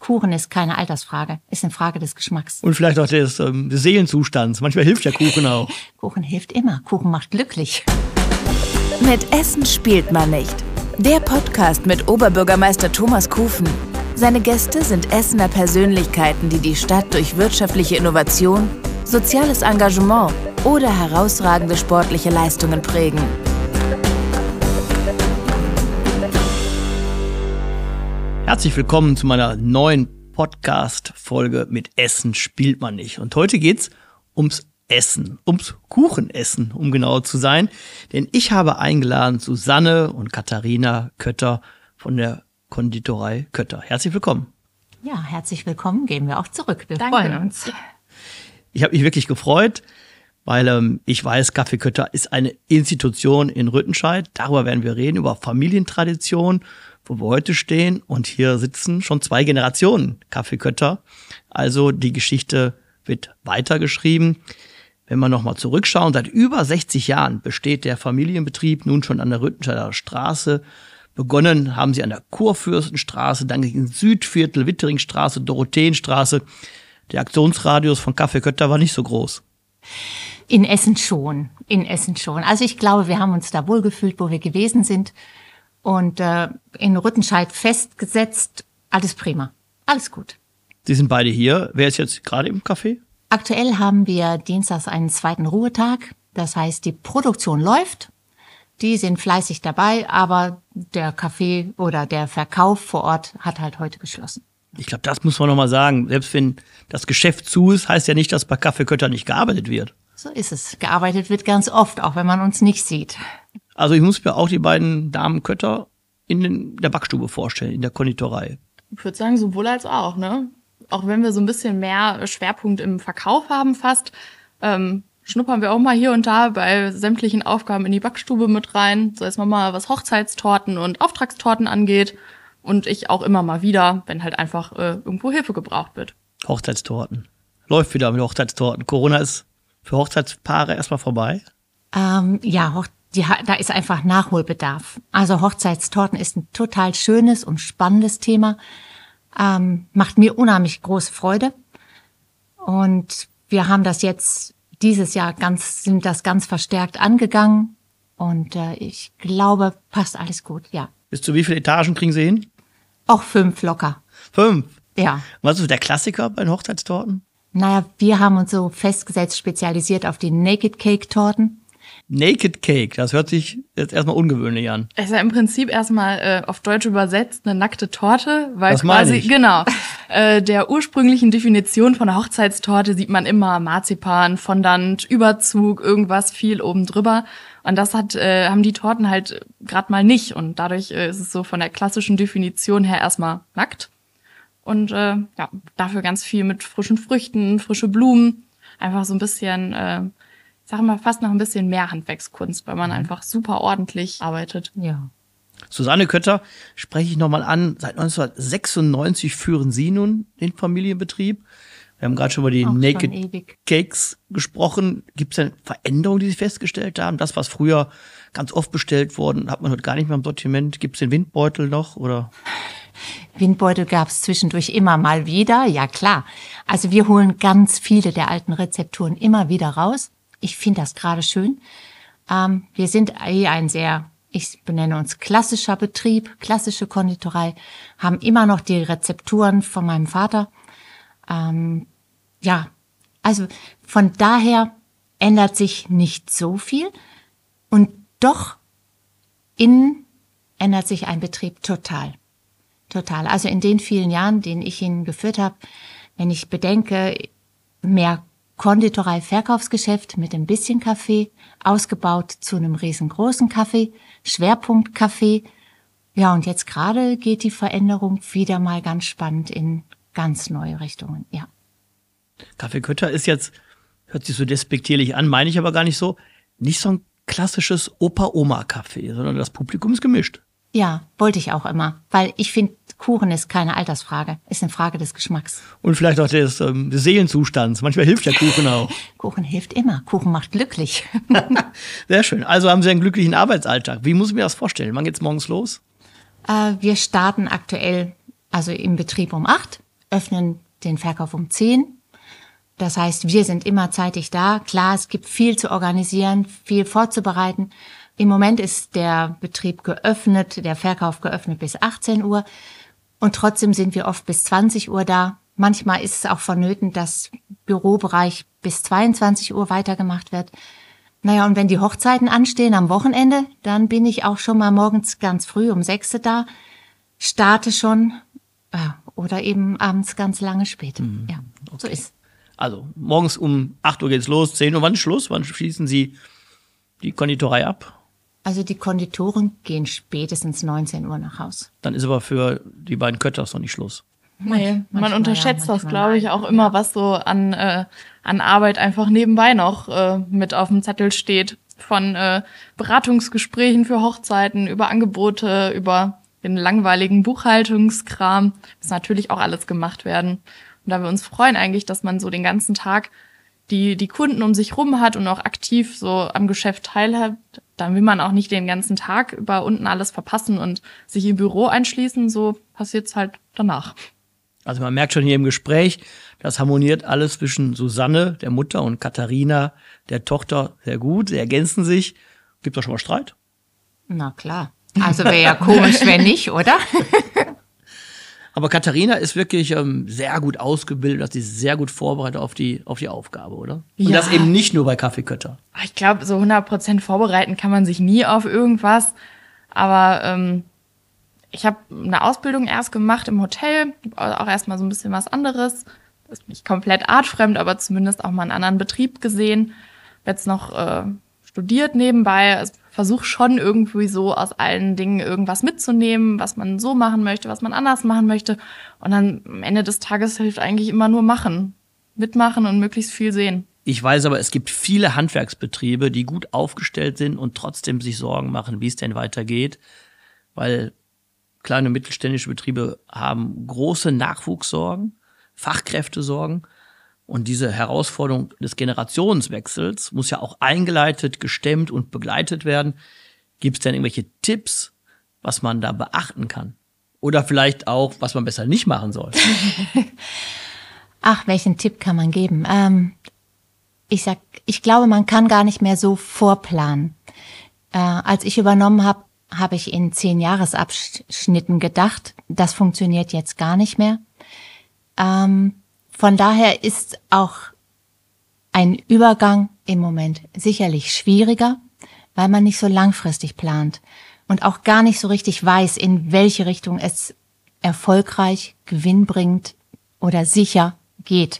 Kuchen ist keine Altersfrage, ist eine Frage des Geschmacks. Und vielleicht auch des Seelenzustands. Manchmal hilft der Kuchen auch. Kuchen hilft immer. Kuchen macht glücklich. Mit Essen spielt man nicht. Der Podcast mit Oberbürgermeister Thomas Kufen. Seine Gäste sind Essener Persönlichkeiten, die die Stadt durch wirtschaftliche Innovation, soziales Engagement oder herausragende sportliche Leistungen prägen. Herzlich willkommen zu meiner neuen Podcast-Folge mit Essen spielt man nicht. Und heute geht's ums Essen, ums Kuchenessen, um genauer zu sein. Denn ich habe eingeladen Susanne und Katharina Kötter von der Konditorei Kötter. Herzlich willkommen. Ja, herzlich willkommen. Gehen wir auch zurück. Wir Danke. freuen uns. Ich habe mich wirklich gefreut, weil ich weiß, Café Kötter ist eine Institution in Rüttenscheid. Darüber werden wir reden, über Familientradition, wo wir heute stehen. Und hier sitzen schon 2 Generationen Café Kötter. Also die Geschichte wird weitergeschrieben. Wenn wir nochmal zurückschauen, seit über 60 Jahren besteht der Familienbetrieb nun schon an der Rüttenscheider Straße. Begonnen haben sie an der Kurfürstenstraße, dann ging Südviertel, Witteringstraße, Dorotheenstraße. Der Aktionsradius von Café Kötter war nicht so groß. In Essen schon. Also ich glaube, wir haben uns da wohlgefühlt, wo wir gewesen sind. Und in Rüttenscheid festgesetzt. Alles prima. Alles gut. Sie sind beide hier. Wer ist jetzt gerade im Café? Aktuell haben wir dienstags einen 2. Ruhetag. Das heißt, die Produktion läuft. Die sind fleißig dabei, aber der Kaffee oder der Verkauf vor Ort hat halt heute geschlossen. Ich glaube, das muss man nochmal sagen. Selbst wenn das Geschäft zu ist, heißt ja nicht, dass bei Café Kötter nicht gearbeitet wird. So ist es. Gearbeitet wird ganz oft, auch wenn man uns nicht sieht. Also ich muss mir auch die beiden Damen Kötter in der Backstube vorstellen, in der Konditorei. Ich würde sagen, sowohl als auch, ne? Auch wenn wir so ein bisschen mehr Schwerpunkt im Verkauf haben fast, schnuppern wir auch mal hier und da bei sämtlichen Aufgaben in die Backstube mit rein. So erstmal mal, was Hochzeitstorten und Auftragstorten angeht. Und ich auch immer mal wieder, wenn halt einfach irgendwo Hilfe gebraucht wird. Hochzeitstorten. Läuft wieder mit Hochzeitstorten. Corona ist für Hochzeitspaare erstmal vorbei. Da ist einfach Nachholbedarf. Also Hochzeitstorten ist ein total schönes und spannendes Thema. Macht mir unheimlich große Freude. Und wir haben das jetzt dieses Jahr sind das ganz verstärkt angegangen. Und ich glaube, passt alles gut, ja. Bis zu wie viele Etagen kriegen Sie hin? Auch 5 locker. 5? Ja. Was ist der Klassiker bei den Hochzeitstorten? Naja, wir haben uns so festgesetzt, spezialisiert auf die Naked Cake Torten. Naked Cake, das hört sich jetzt erstmal ungewöhnlich an. Es ist ja im Prinzip erstmal auf Deutsch übersetzt eine nackte Torte, weil das quasi, ich. genau, der ursprünglichen Definition von der Hochzeitstorte sieht man immer Marzipan, Fondant, Überzug, irgendwas viel oben drüber. Und das haben die Torten halt gerade mal nicht. Und dadurch ist es so von der klassischen Definition her erstmal nackt. Und dafür ganz viel mit frischen Früchten, frische Blumen. Einfach so ein bisschen, ich sage mal, fast noch ein bisschen mehr Handwerkskunst, weil man einfach super ordentlich arbeitet. Ja. Susanne Kötter spreche ich nochmal an. Seit 1996 führen Sie nun den Familienbetrieb. Wir haben gerade schon über die Naked Cakes gesprochen. Gibt es denn Veränderungen, die Sie festgestellt haben? Das, was früher ganz oft bestellt worden, hat man heute gar nicht mehr im Sortiment. Gibt es den Windbeutel noch, oder? Windbeutel gab es zwischendurch immer mal wieder, ja klar. Also wir holen ganz viele der alten Rezepturen immer wieder raus. Ich finde das gerade schön. Wir sind ich benenne uns klassischer Betrieb, klassische Konditorei, haben immer noch die Rezepturen von meinem Vater. Also von daher ändert sich nicht so viel. Und doch innen ändert sich ein Betrieb total. Total. Also in den vielen Jahren, den ich ihn geführt habe, wenn ich bedenke, mehr Konditorei, Verkaufsgeschäft mit ein bisschen Kaffee, ausgebaut zu einem riesengroßen Kaffee, Schwerpunkt Kaffee. Ja, und jetzt gerade geht die Veränderung wieder mal ganz spannend in ganz neue Richtungen, ja. Café Kötter ist jetzt, hört sich so despektierlich an, meine ich aber gar nicht so, nicht so ein klassisches Opa-Oma-Café, sondern das Publikum ist gemischt. Ja, wollte ich auch immer, weil ich finde, Kuchen ist keine Altersfrage, ist eine Frage des Geschmacks. Und vielleicht auch des Seelenzustands. Manchmal hilft der Kuchen auch. Kuchen hilft immer, Kuchen macht glücklich. Sehr schön. Also haben Sie einen glücklichen Arbeitsalltag. Wie muss ich mir das vorstellen? Wann geht's morgens los? Wir starten aktuell also im Betrieb um 8, öffnen den Verkauf um 10. Das heißt, wir sind immer zeitig da. Klar, es gibt viel zu organisieren, viel vorzubereiten. Im Moment ist der Betrieb geöffnet, der Verkauf geöffnet bis 18 Uhr. Und trotzdem sind wir oft bis 20 Uhr da. Manchmal ist es auch vonnöten, dass Bürobereich bis 22 Uhr weitergemacht wird. Naja, und wenn die Hochzeiten anstehen am Wochenende, dann bin ich auch schon mal morgens ganz früh um 6 da, starte schon oder eben abends ganz lange spät. Ja, okay. So ist. Also morgens um 8 Uhr geht's los, 10 Uhr, wann ist Schluss? Wann schließen Sie die Konditorei ab? Also die Konditoren gehen spätestens 19 Uhr nach Haus. Dann ist aber für die beiden Kötters noch nicht Schluss. Nee, man unterschätzt das, glaube ich, auch immer, was so an Arbeit einfach nebenbei noch mit auf dem Zettel steht. Von Beratungsgesprächen für Hochzeiten, über Angebote, über den langweiligen Buchhaltungskram. Das natürlich auch alles gemacht werden. Und da wir uns freuen eigentlich, dass man so den ganzen Tag die Kunden um sich rum hat und auch aktiv so am Geschäft teilhat, dann will man auch nicht den ganzen Tag über unten alles verpassen und sich im Büro einschließen. So passiert's halt danach. Also man merkt schon hier im Gespräch, das harmoniert alles zwischen Susanne, der Mutter, und Katharina, der Tochter, sehr gut. Sie ergänzen sich. Gibt es schon mal Streit? Na klar. Also wäre ja komisch, wenn nicht, oder? Aber Katharina ist wirklich sehr gut ausgebildet, sie ist sehr gut vorbereitet auf die Aufgabe, oder? Und Ja. das eben nicht nur bei Kaffee Kötter. Ich glaube, so 100% vorbereiten kann man sich nie auf irgendwas. Aber ich habe eine Ausbildung erst gemacht im Hotel, auch erstmal so ein bisschen was anderes. Das ist nicht komplett artfremd, aber zumindest auch mal einen anderen Betrieb gesehen. Jetzt noch studiert nebenbei. Also versuche schon irgendwie so aus allen Dingen irgendwas mitzunehmen, was man so machen möchte, was man anders machen möchte. Und dann am Ende des Tages hilft eigentlich immer nur machen. Mitmachen und möglichst viel sehen. Ich weiß aber, es gibt viele Handwerksbetriebe, die gut aufgestellt sind und trotzdem sich Sorgen machen, wie es denn weitergeht. Weil kleine mittelständische Betriebe haben große Nachwuchssorgen, Fachkräftesorgen. Und diese Herausforderung des Generationswechsels muss ja auch eingeleitet, gestemmt und begleitet werden. Gibt es denn irgendwelche Tipps, was man da beachten kann? Oder vielleicht auch, was man besser nicht machen soll? Ach, welchen Tipp kann man geben? Ich glaube, man kann gar nicht mehr so vorplanen. Als ich übernommen habe, habe ich in 10-Jahresabschnitten gedacht. Das funktioniert jetzt gar nicht mehr. Von daher ist auch ein Übergang im Moment sicherlich schwieriger, weil man nicht so langfristig plant und auch gar nicht so richtig weiß, in welche Richtung es erfolgreich, gewinnbringend oder sicher geht.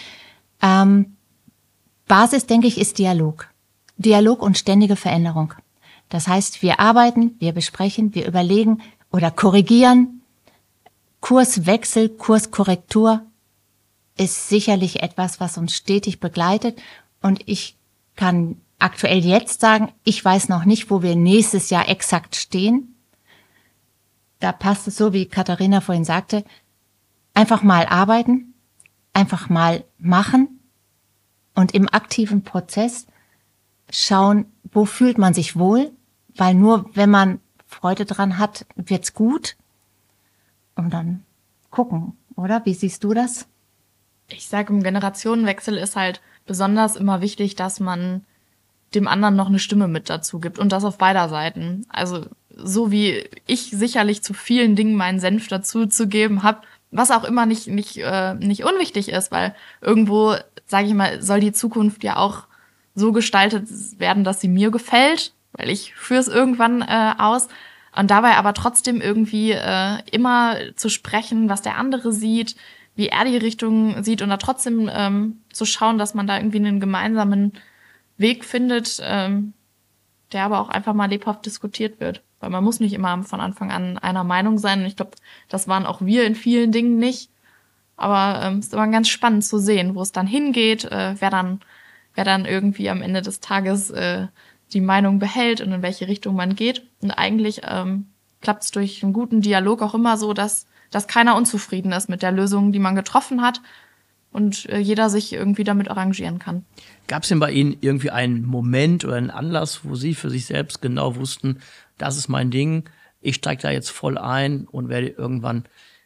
Basis, denke ich, ist Dialog. Dialog und ständige Veränderung. Das heißt, wir arbeiten, wir besprechen, wir überlegen oder korrigieren. Kurswechsel, Kurskorrektur ist sicherlich etwas, was uns stetig begleitet. Und ich kann aktuell jetzt sagen, ich weiß noch nicht, wo wir nächstes Jahr exakt stehen. Da passt es so, wie Katharina vorhin sagte, einfach mal arbeiten, einfach mal machen und im aktiven Prozess schauen, wo fühlt man sich wohl, weil nur wenn man Freude dran hat, wird's gut. Und dann gucken, oder? Wie siehst du das? Ich sage, im Generationenwechsel ist halt besonders immer wichtig, dass man dem anderen noch eine Stimme mit dazu gibt und das auf beider Seiten. Also so wie ich sicherlich zu vielen Dingen meinen Senf dazu zu geben habe, was auch immer nicht unwichtig ist, weil irgendwo, sage ich mal, soll die Zukunft ja auch so gestaltet werden, dass sie mir gefällt, weil ich führe es irgendwann aus. Und dabei aber trotzdem irgendwie immer zu sprechen, was der andere sieht, wie er die Richtung sieht und da trotzdem zu schauen, dass man da irgendwie einen gemeinsamen Weg findet, der aber auch einfach mal lebhaft diskutiert wird. Weil man muss nicht immer von Anfang an einer Meinung sein. Und ich glaube, das waren auch wir in vielen Dingen nicht. Aber es ist immer ganz spannend zu sehen, wo es dann hingeht, wer dann irgendwie am Ende des Tages die Meinung behält und in welche Richtung man geht. Und eigentlich klappt es durch einen guten Dialog auch immer so, dass keiner unzufrieden ist mit der Lösung, die man getroffen hat und jeder sich irgendwie damit arrangieren kann. Gab es denn bei Ihnen irgendwie einen Moment oder einen Anlass, wo Sie für sich selbst genau wussten, das ist mein Ding, ich steige da jetzt voll ein und werde irgendwann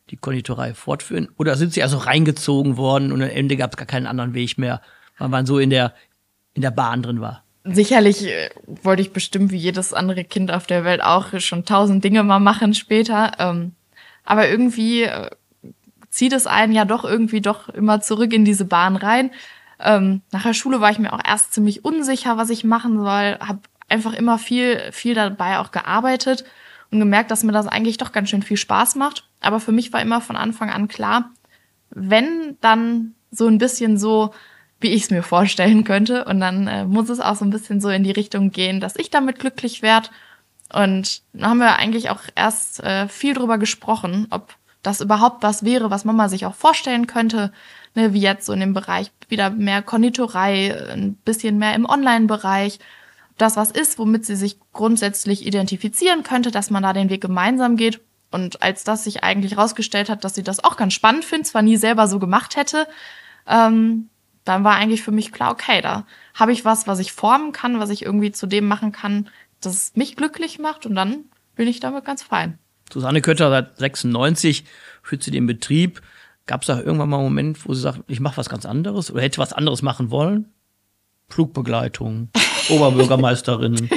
die Konditorei fortführen? Oder sind Sie also reingezogen worden und am Ende gab es gar keinen anderen Weg mehr, weil man so in der Bahn drin war? Sicherlich wollte ich bestimmt wie jedes andere Kind auf der Welt auch schon 1000 Dinge mal machen später. Aber irgendwie zieht es einen ja doch immer zurück in diese Bahn rein. Nach der Schule war ich mir auch erst ziemlich unsicher, was ich machen soll. Habe einfach immer viel dabei auch gearbeitet und gemerkt, dass mir das eigentlich doch ganz schön viel Spaß macht. Aber für mich war immer von Anfang an klar, wenn, dann so ein bisschen so, wie ich es mir vorstellen könnte. Und dann muss es auch so ein bisschen so in die Richtung gehen, dass ich damit glücklich werde. Und da haben wir eigentlich auch erst viel drüber gesprochen, ob das überhaupt was wäre, was Mama sich auch vorstellen könnte, ne, wie jetzt so in dem Bereich wieder mehr Konditorei, ein bisschen mehr im Online-Bereich. Das was ist, womit sie sich grundsätzlich identifizieren könnte, dass man da den Weg gemeinsam geht. Und als das sich eigentlich rausgestellt hat, dass sie das auch ganz spannend findet, zwar nie selber so gemacht hätte, dann war eigentlich für mich klar, okay, da habe ich was ich formen kann, was ich irgendwie zu dem machen kann, das mich glücklich macht. Und dann bin ich damit ganz fein. Susanne Kötter, seit 96 führt sie den Betrieb. Gab es da irgendwann mal einen Moment, wo sie sagt, ich mache was ganz anderes oder hätte was anderes machen wollen? Flugbegleitung, Oberbürgermeisterin.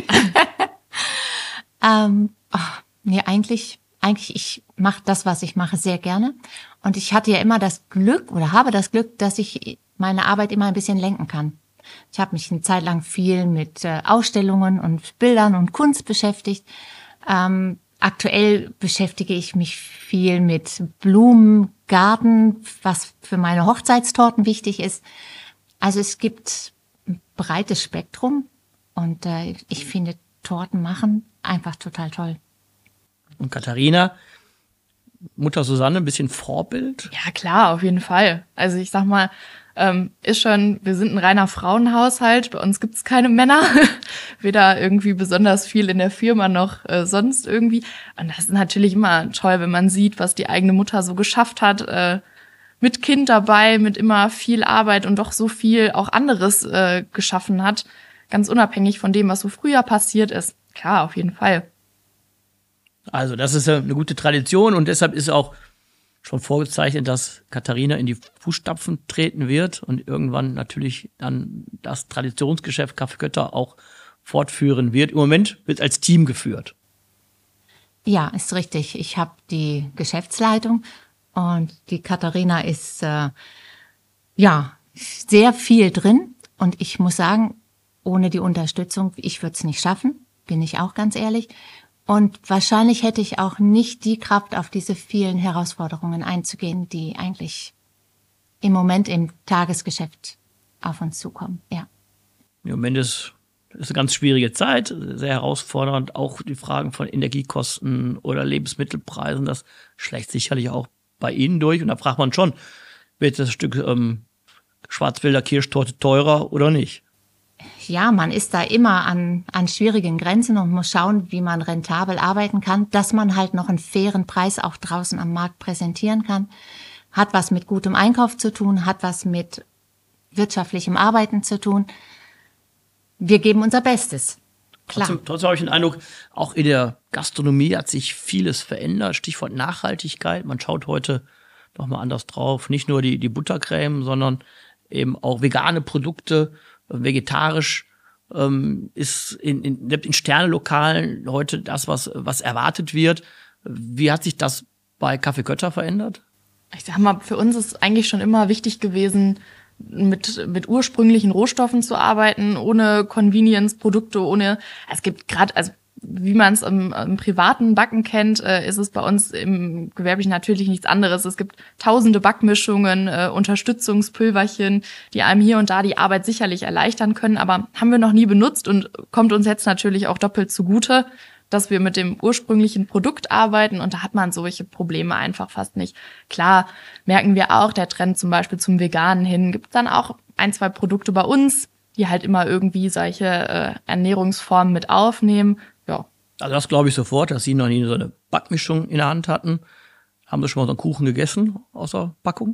Nee, eigentlich, ich mache das, was ich mache, sehr gerne. Und ich hatte ja immer das Glück oder habe das Glück, dass ich meine Arbeit immer ein bisschen lenken kann. Ich habe mich eine Zeit lang viel mit Ausstellungen und Bildern und Kunst beschäftigt. Aktuell beschäftige ich mich viel mit Blumen, Garten, was für meine Hochzeitstorten wichtig ist. Also es gibt ein breites Spektrum und ich finde Torten machen einfach total toll. Und Katharina, Mutter Susanne, ein bisschen Vorbild? Ja, klar, auf jeden Fall. Also ich sag mal, wir sind ein reiner Frauenhaushalt, bei uns gibt's keine Männer, weder irgendwie besonders viel in der Firma noch sonst irgendwie. Und das ist natürlich immer toll, wenn man sieht, was die eigene Mutter so geschafft hat, mit Kind dabei, mit immer viel Arbeit und doch so viel auch anderes geschaffen hat, ganz unabhängig von dem, was so früher passiert ist. Klar, auf jeden Fall. Also das ist ja eine gute Tradition und deshalb ist auch schon vorgezeichnet, dass Katharina in die Fußstapfen treten wird und irgendwann natürlich dann das Traditionsgeschäft Café Kötter auch fortführen wird. Im Moment wird als Team geführt. Ja, ist richtig. Ich habe die Geschäftsleitung und die Katharina ist sehr viel drin. Und ich muss sagen, ohne die Unterstützung, ich würde es nicht schaffen, bin ich auch ganz ehrlich. Und wahrscheinlich hätte ich auch nicht die Kraft, auf diese vielen Herausforderungen einzugehen, die eigentlich im Moment im Tagesgeschäft auf uns zukommen. Ja. Im Moment ist eine ganz schwierige Zeit, sehr herausfordernd. Auch die Fragen von Energiekosten oder Lebensmittelpreisen, das schlägt sicherlich auch bei Ihnen durch. Und da fragt man schon, wird das Stück Schwarzwälder Kirschtorte teurer oder nicht? Ja, man ist da immer an schwierigen Grenzen und muss schauen, wie man rentabel arbeiten kann, dass man halt noch einen fairen Preis auch draußen am Markt präsentieren kann. Hat was mit gutem Einkauf zu tun, hat was mit wirtschaftlichem Arbeiten zu tun. Wir geben unser Bestes. Klar. Trotzdem habe ich den Eindruck, auch in der Gastronomie hat sich vieles verändert. Stichwort Nachhaltigkeit. Man schaut heute noch mal anders drauf. Nicht nur die Buttercreme, sondern eben auch vegane Produkte. Vegetarisch ist in Sternelokalen heute das, was erwartet wird. Wie hat sich das bei Café Kötter verändert? Ich sag mal, für uns ist eigentlich schon immer wichtig gewesen, mit ursprünglichen Rohstoffen zu arbeiten, ohne Convenience-Produkte, es gibt gerade, also wie man es im privaten Backen kennt, ist es bei uns im Gewerblichen natürlich nichts anderes. Es gibt tausende Backmischungen, Unterstützungspülverchen, die einem hier und da die Arbeit sicherlich erleichtern können, aber haben wir noch nie benutzt und kommt uns jetzt natürlich auch doppelt zugute, dass wir mit dem ursprünglichen Produkt arbeiten und da hat man solche Probleme einfach fast nicht. Klar, merken wir auch, der Trend zum Beispiel zum Veganen hin, gibt dann auch 1, 2 Produkte bei uns, die halt immer irgendwie solche Ernährungsformen mit aufnehmen. Ja. Also das glaube ich sofort, dass Sie noch nie so eine Backmischung in der Hand hatten. Haben Sie schon mal so einen Kuchen gegessen aus der Packung?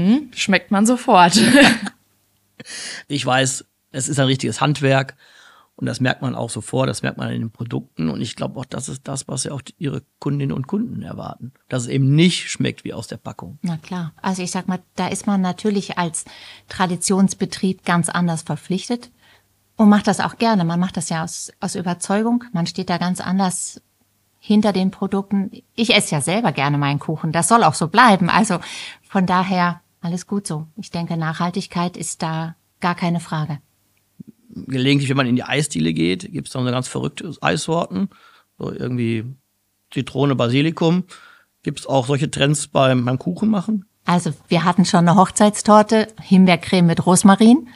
Schmeckt man sofort. Ich weiß, es ist ein richtiges Handwerk Und das merkt man auch sofort, das merkt man in den Produkten. Und ich glaube auch, das ist das, was ja auch ihre Kundinnen und Kunden erwarten. Dass es eben nicht schmeckt wie aus der Packung. Na klar. Also ich sag mal, da ist man natürlich als Traditionsbetrieb ganz anders verpflichtet und macht das auch gerne. Man macht das ja aus Überzeugung. Man steht da ganz anders hinter den Produkten. Ich esse ja selber gerne meinen Kuchen. Das soll auch so bleiben. Also von daher alles gut so. Ich denke, Nachhaltigkeit ist da gar keine Frage. Gelegentlich, wenn man in die Eisdiele geht, gibt es dann so ganz verrückte Eissorten. So irgendwie Zitrone, Basilikum. Gibt es auch solche Trends beim Kuchen machen? Also wir hatten schon eine Hochzeitstorte, Himbeercreme mit Rosmarin.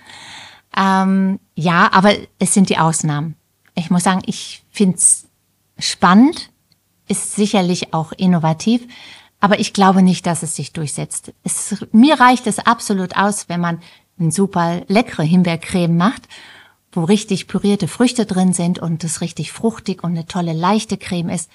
Ja, aber es sind die Ausnahmen. Ich muss sagen, ich find's spannend, ist sicherlich auch innovativ, aber ich glaube nicht, dass es sich durchsetzt. Mir reicht es absolut aus, wenn man eine super leckere Himbeercreme macht, wo richtig pürierte Früchte drin sind und es richtig fruchtig und eine tolle, leichte Creme ist.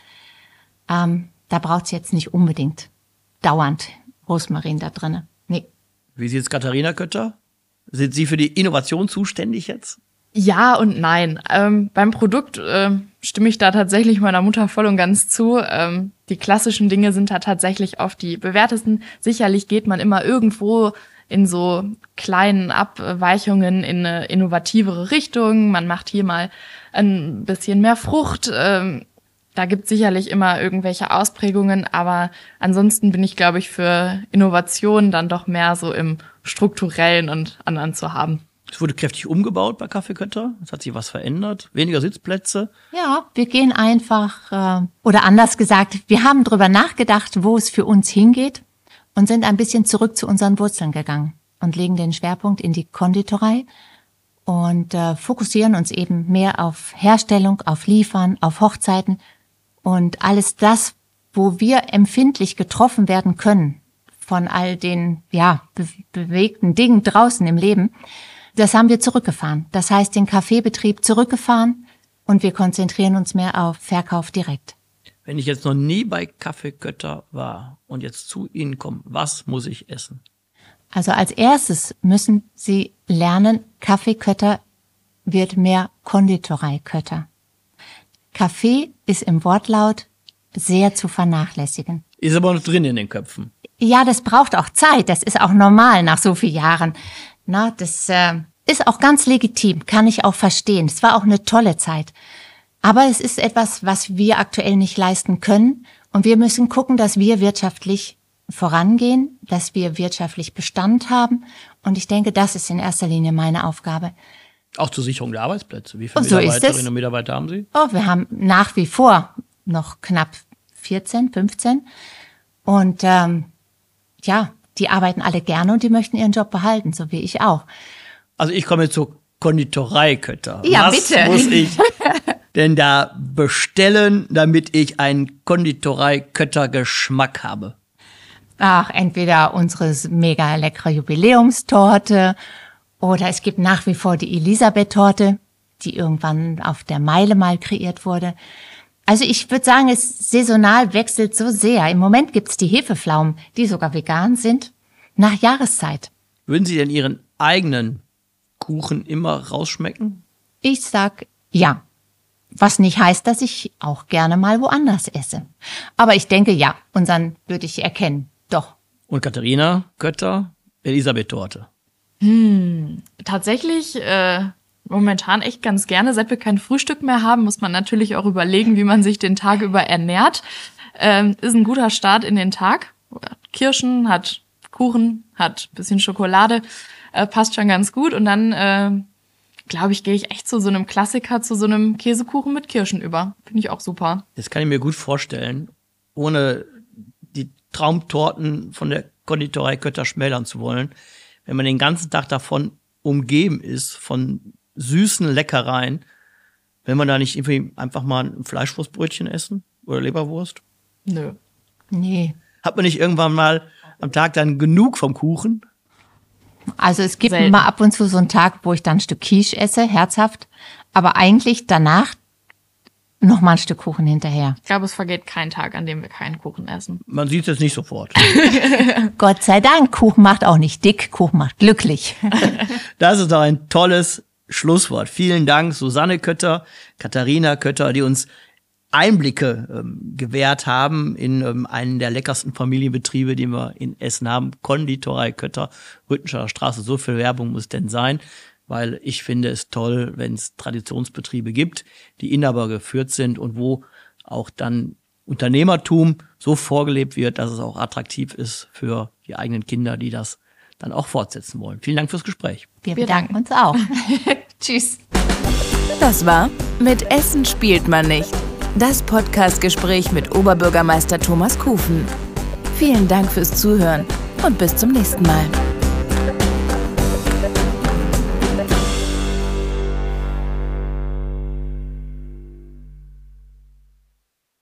Da braucht's jetzt nicht unbedingt dauernd Rosmarin da drinne. Nee. Wie sieht's Katharina Kötter? Sind Sie für die Innovation zuständig jetzt? Ja und nein. Beim Produkt stimme ich da tatsächlich meiner Mutter voll und ganz zu. Die klassischen Dinge sind da tatsächlich oft die bewährtesten. Sicherlich geht man immer irgendwo in so kleinen Abweichungen in eine innovativere Richtung. Man macht hier mal ein bisschen mehr Frucht. Da gibt es sicherlich immer irgendwelche Ausprägungen, aber ansonsten bin ich, glaube ich, für Innovation dann doch mehr so im Strukturellen und anderen zu haben. Es wurde kräftig umgebaut bei Café Kötter. Es hat sich was verändert. Weniger Sitzplätze. Ja, wir gehen einfach, oder anders gesagt, wir haben drüber nachgedacht, wo es für uns hingeht und sind ein bisschen zurück zu unseren Wurzeln gegangen und legen den Schwerpunkt in die Konditorei und fokussieren uns eben mehr auf Herstellung, auf Liefern, auf Hochzeiten und alles das, wo wir empfindlich getroffen werden können von all den bewegten Dingen draußen im Leben. Das haben wir zurückgefahren. Das heißt, den Kaffeebetrieb zurückgefahren und wir konzentrieren uns mehr auf Verkauf direkt. Wenn ich jetzt noch nie bei Café Kötter war und jetzt zu Ihnen komme, was muss ich essen? Also als erstes müssen Sie lernen, Café Kötter wird mehr Konditorei Kötter. Kaffee ist im Wortlaut sehr zu vernachlässigen. Ist aber noch drin in den Köpfen. Ja, das braucht auch Zeit. Das ist auch normal nach so vielen Jahren. Na, das ist auch ganz legitim, kann ich auch verstehen. Es war auch eine tolle Zeit. Aber es ist etwas, was wir aktuell nicht leisten können. Und wir müssen gucken, dass wir wirtschaftlich vorangehen, dass wir wirtschaftlich Bestand haben. Und ich denke, das ist in erster Linie meine Aufgabe. Auch zur Sicherung der Arbeitsplätze. Wie viele So Mitarbeiterinnen und Mitarbeiter haben Sie? Oh, wir haben nach wie vor noch knapp 14, 15. Und die arbeiten alle gerne und die möchten ihren Job behalten, so wie ich auch. Also ich komme jetzt zur Konditorei Kötter. Ja, was bitte. Muss ich denn da bestellen, damit ich einen Konditorei Kötter Geschmack habe? Ach, entweder unsere mega leckere Jubiläumstorte oder es gibt nach wie vor die Elisabeth-Torte, die irgendwann auf der Meile mal kreiert wurde. Also ich würde sagen, es saisonal wechselt so sehr. Im Moment gibt's die Hefepflaumen, die sogar vegan sind, nach Jahreszeit. Würden Sie denn Ihren eigenen Kuchen immer rausschmecken? Ich sag ja. Was nicht heißt, dass ich auch gerne mal woanders esse. Aber ich denke, ja, unseren würde ich erkennen. Doch. Und Katharina Kötter, Elisabeth-Torte. Tatsächlich momentan echt ganz gerne. Seit wir kein Frühstück mehr haben, muss man natürlich auch überlegen, wie man sich den Tag über ernährt. Ist ein guter Start in den Tag. Kirschen, hat Kuchen, hat bisschen Schokolade, passt schon ganz gut. Und dann, glaube ich, gehe ich echt zu so einem Klassiker, zu so einem Käsekuchen mit Kirschen über. Finde ich auch super. Das kann ich mir gut vorstellen, ohne die Traumtorten von der Konditorei Kötter schmälern zu wollen. Wenn man den ganzen Tag davon umgeben ist, von süßen Leckereien, will man da nicht irgendwie einfach mal ein Fleischwurstbrötchen essen oder Leberwurst? Nö. Nee. Hat man nicht irgendwann mal am Tag dann genug vom Kuchen? Also es gibt Selten. mal ab und zu so einen Tag, wo ich dann ein Stück Quiche esse, herzhaft. Aber eigentlich danach noch mal ein Stück Kuchen hinterher. Ich glaube, es vergeht kein Tag, an dem wir keinen Kuchen essen. Man sieht es jetzt nicht sofort. Gott sei Dank, Kuchen macht auch nicht dick, Kuchen macht glücklich. Das ist doch ein tolles Schlusswort. Vielen Dank, Susanne Kötter, Katharina Kötter, die uns Einblicke gewährt haben in einen der leckersten Familienbetriebe, die wir in Essen haben, Konditorei Kötter, Rüttenscheider Straße. So viel Werbung muss denn sein, weil ich finde es toll, wenn es Traditionsbetriebe gibt, die inhaber geführt sind und wo auch dann Unternehmertum so vorgelebt wird, dass es auch attraktiv ist für die eigenen Kinder, die das dann auch fortsetzen wollen. Vielen Dank fürs Gespräch. Wir bedanken uns auch. Tschüss. Das war Mit Essen spielt man nicht. Das Podcast-Gespräch mit Oberbürgermeister Thomas Kufen. Vielen Dank fürs Zuhören und bis zum nächsten Mal.